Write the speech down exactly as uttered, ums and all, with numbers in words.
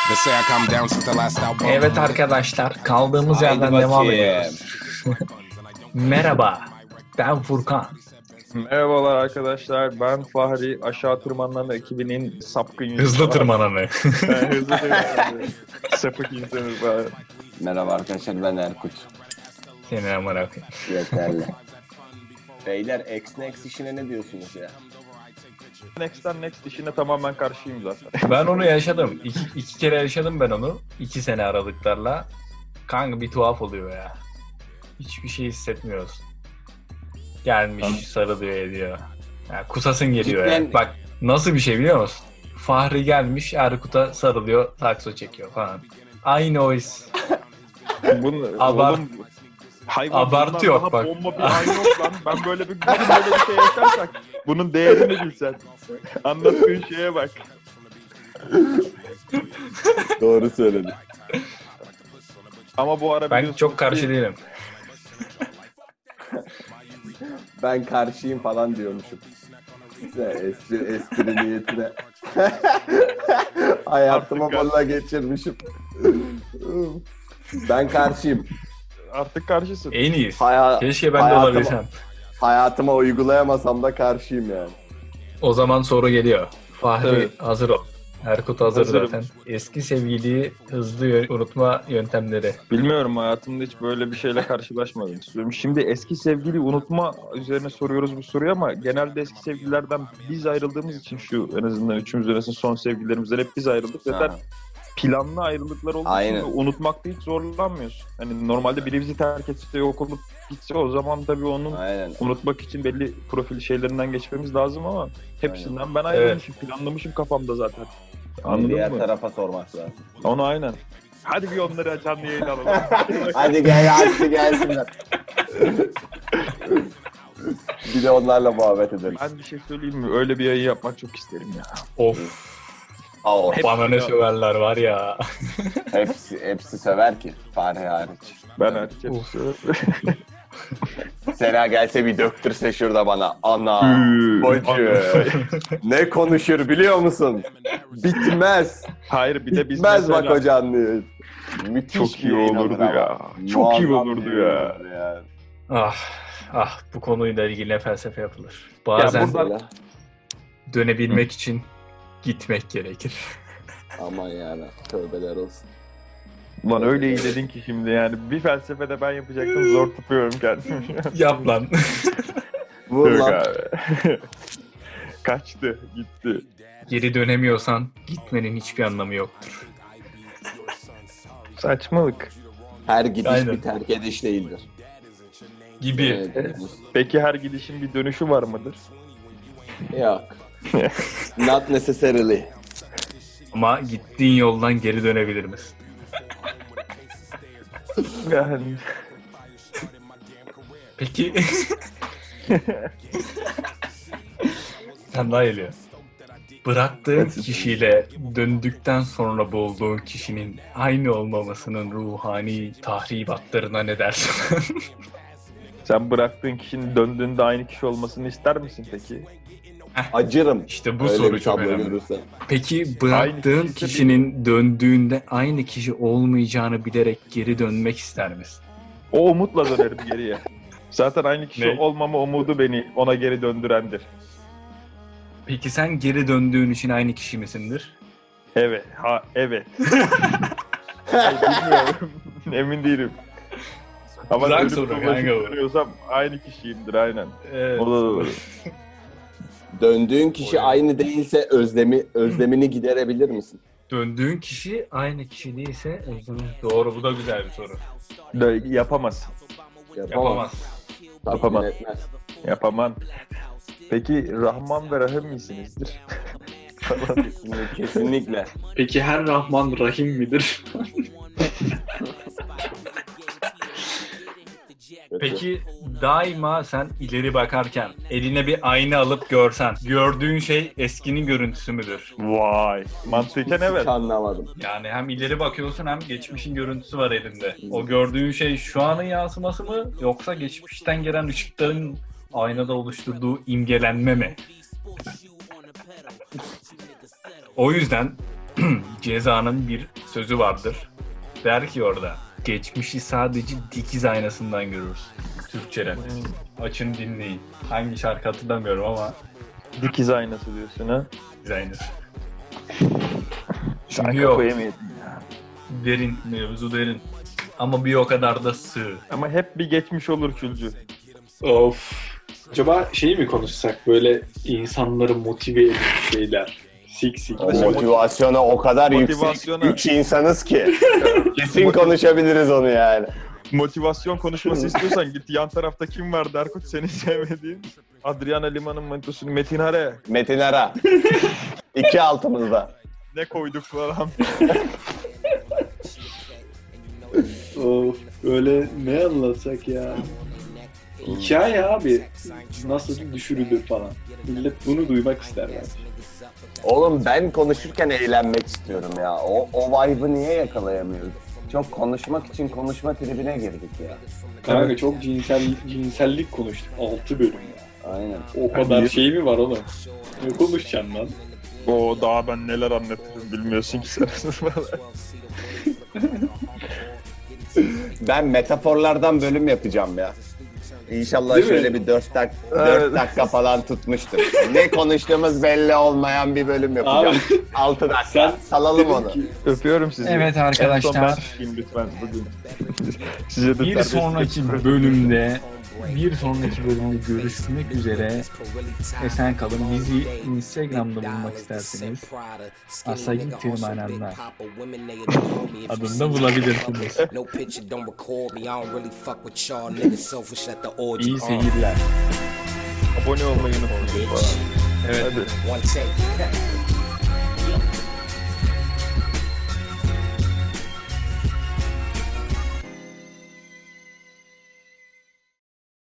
Evet arkadaşlar, kaldığımız Haydi yerden bakayım. devam ediyoruz. Merhaba, ben Furkan. Merhabalar arkadaşlar, ben Fahri, Aşağı Tırmananlar ekibinin sapkın yüzü. Hızlı tırmananı. Yani hızlı tırmananı. Sapık insanı falan. Merhaba arkadaşlar, ben Erkut. Seni amına koyayım. Yeterli. Beyler, X Next işine ne diyorsunuz ya? Next'ten Next işine tamamen karşıyım zaten. Ben onu yaşadım. İki, iki kere yaşadım ben onu. İki sene aralıklarla. Kanka bir tuhaf oluyor ya. Hiçbir şey hissetmiyorsun. Gelmiş, sarılıyor ediyor. Yani kusasın geliyor Cidden- ya. Bak nasıl bir şey biliyor musun? Fahri gelmiş, Erkut'a sarılıyor, takso çekiyor falan. Aynı o his. Bunu, Abart- oğlum, hayvan abartı bundan yok daha bak. bomba bir ay yok lan. Ben böyle bir, bir böyle bir şey yaşarsak bunun değerini bilsen. Anlattığın şeye bak. Doğru söyledin. Ama bu ara Ben biliyorsunuz çok karşı ki- değilim. Ben karşıyım falan diyormuşum. İşte espri, espri niyetine. Hayatımı Artık- valla geçirmişim. Ben karşıyım. Artık karşısın. En iyisi. Haya- Keşke ben de hayatıma- olabilsem. Hayatıma uygulayamasam da karşıyım yani. O zaman soru geliyor. Fahri Evet. hazır ol. Erkut hazır Hazırım. zaten. Eski sevgiliyi hızlı yö- unutma yöntemleri. Bilmiyorum, hayatımda hiç böyle bir şeyle karşılaşmadım. Söyleyeyim. Şimdi eski sevgili unutma üzerine soruyoruz bu soruyu ama genelde eski sevgililerden biz ayrıldığımız için, şu en azından üçümüz arasında son sevgililerimizden hep biz ayrıldık. Zaten Ha. planlı ayrılıklar olduğu Aynen. için unutmakta hiç zorlanmıyorsun. Hani normalde biri bizi terk etse, yok olup gitse, o zaman tabii onun Aynen. unutmak için belli profil şeylerinden geçmemiz lazım ama hepsinden ben ayrılmışım, planlamışım kafamda zaten. Anladın Diğer mı? tarafa sormak lazım. Onu aynen. Hadi bir onları canlı yayın alalım. Hadi gel, hadi gelsinler. Bir de onlarla muhabbet edelim. Ben bir şey söyleyeyim mi? Öyle bir yayın yapmak çok isterim ya. Of. Aa, Bana ne söverler var ya. hepsi, hepsi sever ki. Fahri hariç. Ben herkes Of. Sena gelse bir döktürse şurada bana. Ana, Üü. bacı. Ne konuşur biliyor musun? Bitmez. Hayır, bir de biz Bitmez mesela... bak o canlı. Müthiş Çok bir iyi yayın olurdu olur ama. ya. Çok iyi Muazzam olurdu bir ya. yayın olur yani. Ah, ah bu konuyla ilgili ne felsefe yapılır. Bazen Ya buradan- Mesela, dönebilmek için gitmek gerekir. aman yani tövbeler olsun. Lan öyle iyi dedin ki şimdi yani. Bir felsefede ben yapacaktım, zor tutuyorum kendimi. Yap lan. Vur Yok lan. abi. Kaçtı, gitti. Geri dönemiyorsan gitmenin hiçbir anlamı yoktur. Saçmalık. Her gidiş Aynen. bir terk ediş değildir. Gibi. Evet. Peki her gidişin bir dönüşü var mıdır? Yok. Not necessarily. Ama gittiğin yoldan geri dönebilir misin? Yani Peki. Sen daha geliyor. Bıraktığın kişiyle döndükten sonra bulduğun kişinin aynı olmamasının ruhani tahribatlarına ne dersin? sen bıraktığın kişinin döndüğünde aynı kişi olmasını ister misin peki? Acırım. İşte bu Öyle soru bir çok tablo önemli. görürsem. Peki bıraktığın Aynı kişi kişinin döndüğünde aynı kişi olmayacağını bilerek geri dönmek ister misin? O umutla dönerim geriye. Zaten aynı kişi Ne? olmama umudu beni ona geri döndürendir. Peki sen geri döndüğün için aynı kişi misindir? Evet, ha evet. Ay, bilmiyorum, emin değilim. Ama Güzel dönüp soru dolaşıp kanka bu. dönüyorsam aynı kişiyimdir aynen. Evet. O da doğru. Döndüğün kişi aynı değilse özlemi özlemini giderebilir misin? Döndüğün kişi aynı kişi değilse doğru, bu da güzel bir soru. Böyle yapamaz. Yapamaz. Tatmin Yapamaz. etmez. Yapamam. Peki Rahman ve Rahim misinizdir? Kesinlikle. Kesinlikle. Peki her Rahman Rahim midir? Peki daima sen ileri bakarken eline bir ayna alıp görsen gördüğün şey eskinin görüntüsü müdür? Vay. Mantıken evet. Hiç anlamadım. Yani hem ileri bakıyorsun hem geçmişin görüntüsü var elinde. O gördüğün şey şu anın yansıması mı yoksa geçmişten gelen ışıkların aynada oluşturduğu imgelenme mi? O yüzden Ceza'nın bir sözü vardır. Der ki orada, geçmişi sadece dikiz aynasından görürüz. Türkçe rap. Açın dinleyin. Hangi şarkı hatırlamıyorum ama Dikiz aynası diyorsun ha. dikiz aynası. Sen Çünkü yok. kafayı mı yedin ya? Derin, mevzu derin. Ama bir o kadar da sığ. Ama hep bir geçmiş olur külcü. Of. Acaba şeyi mi konuşsak, böyle insanları motive eden şeyler. Sik sik. O motivasyona o kadar yüksek Motivasyona. üç insanız ki. Kesin konuşabiliriz onu yani. Motivasyon konuşması istiyorsan git yan tarafta kim var Derkut senin sevmediğin. Adriana Lima'nın mantosunu Metin Hare. Metin Ara. İki altımızda. Ne koyduk falan. Of. Öyle ne anlatsak ya. Hikaye abi. Nasıl düşürülür falan. Millet bunu duymak ister bence. Oğlum ben konuşurken eğlenmek istiyorum ya. O, o vibe'ı niye yakalayamıyoruz? Çok konuşmak için konuşma tribine girdik ya. Kanka çok cinsel cinsellik konuştuk. altı bölüm ya. Aynen. O kadar şey mi var oğlum? Ne konuşacaksın lan? O daha ben neler anlatırım bilmiyorsun ki sen. Ben metaforlardan bölüm yapacağım ya. İnşallah Değil mi? şöyle bir dört dak dört dakika falan tutmuştur. Ne konuştuğumuz belli olmayan bir bölüm yapacağım. Abi, altı dakika. sen Salalım dedin onu. ki, Öpüyorum sizi. Evet En son ben arkadaşlar. çıkayım lütfen bugün. Size de Bir terbiyesiz sonraki geçin. bölümde bir sonraki bölümde görüşmek üzere. Esen kalın. Bizi Instagram'da bulmak isterseniz Asagi Tırmananlar adında bulabilirsiniz. İyi seyirler. Abone olmayı unutmayın. Evet. Hadi. One take.